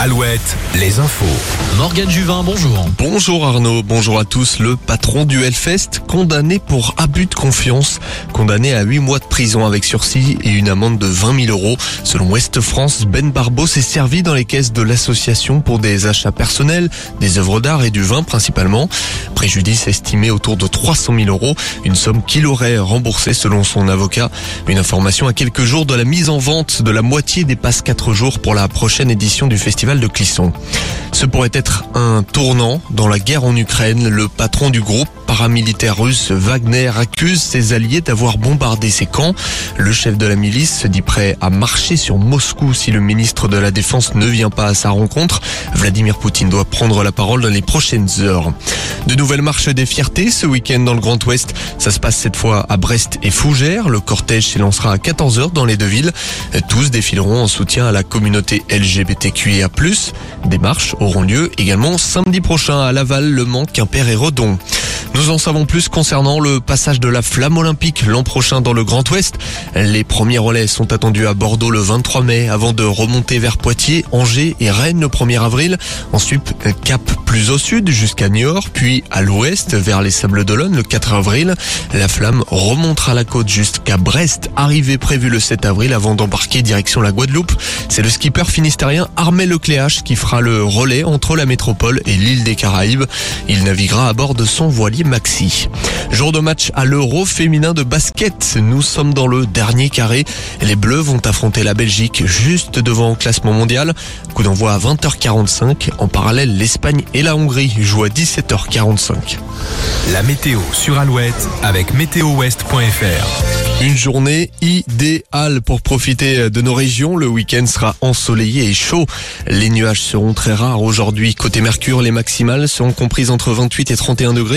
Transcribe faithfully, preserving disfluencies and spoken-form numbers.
Alouette, les infos. Morgane Juvin, bonjour. Bonjour Arnaud, bonjour à tous. Le patron du Hellfest, condamné pour abus de confiance, condamné à huit mois de prison avec sursis et une amende de vingt mille euros. Selon Ouest France, Ben Barbeau s'est servi dans les caisses de l'association pour des achats personnels, des œuvres d'art et du vin principalement. Préjudice estimé autour de trois cent mille euros, une somme qu'il aurait remboursée selon son avocat. Une information à quelques jours de la mise en vente de la moitié des passes quatre jours pour la prochaine édition du festival de Clisson. Ce pourrait être un tournant dans la guerre en Ukraine. Le patron du groupe paramilitaire russe Wagner accuse ses alliés d'avoir bombardé ses camps. Le chef de la milice se dit prêt à marcher sur Moscou si le ministre de la Défense ne vient pas à sa rencontre. Vladimir Poutine doit prendre la parole dans les prochaines heures. De nouvelles marches des fiertés ce week-end dans le Grand Ouest. Ça se passe cette fois à Brest et Fougères. Le cortège s'élancera à quatorze heures dans les deux villes. Tous défileront en soutien à la communauté L G B T Q I A plus. Des marches auront lieu également samedi prochain à Laval, Le Mans, Quimper et Redon. Nous en savons plus concernant le passage de la flamme olympique l'an prochain dans le Grand Ouest. Les premiers relais sont attendus à Bordeaux le vingt-trois mai avant de remonter vers Poitiers, Angers et Rennes le premier avril. Ensuite, cap plus au sud jusqu'à Niort, puis à l'ouest vers les Sables d'Olonne le quatre avril. La flamme remontera la côte jusqu'à Brest, arrivée prévue le sept avril avant d'embarquer direction la Guadeloupe. C'est le skipper finistérien Armel Lecléache qui fera le relais entre la métropole et l'île des Caraïbes. Il naviguera à bord de son voilier Maxi. Jour de match à l'Euro féminin de basket. Nous sommes dans le dernier carré. Les Bleus vont affronter la Belgique juste devant au classement mondial. Coup d'envoi à vingt heures quarante-cinq. En parallèle, l'Espagne et la Hongrie jouent à dix-sept heures quarante-cinq. La météo sur Alouette avec météo ouest point f r. Une journée idéale pour profiter de nos régions. Le week-end sera ensoleillé et chaud. Les nuages seront très rares aujourd'hui. Côté Mercure, les maximales seront comprises entre vingt-huit et trente et un degrés.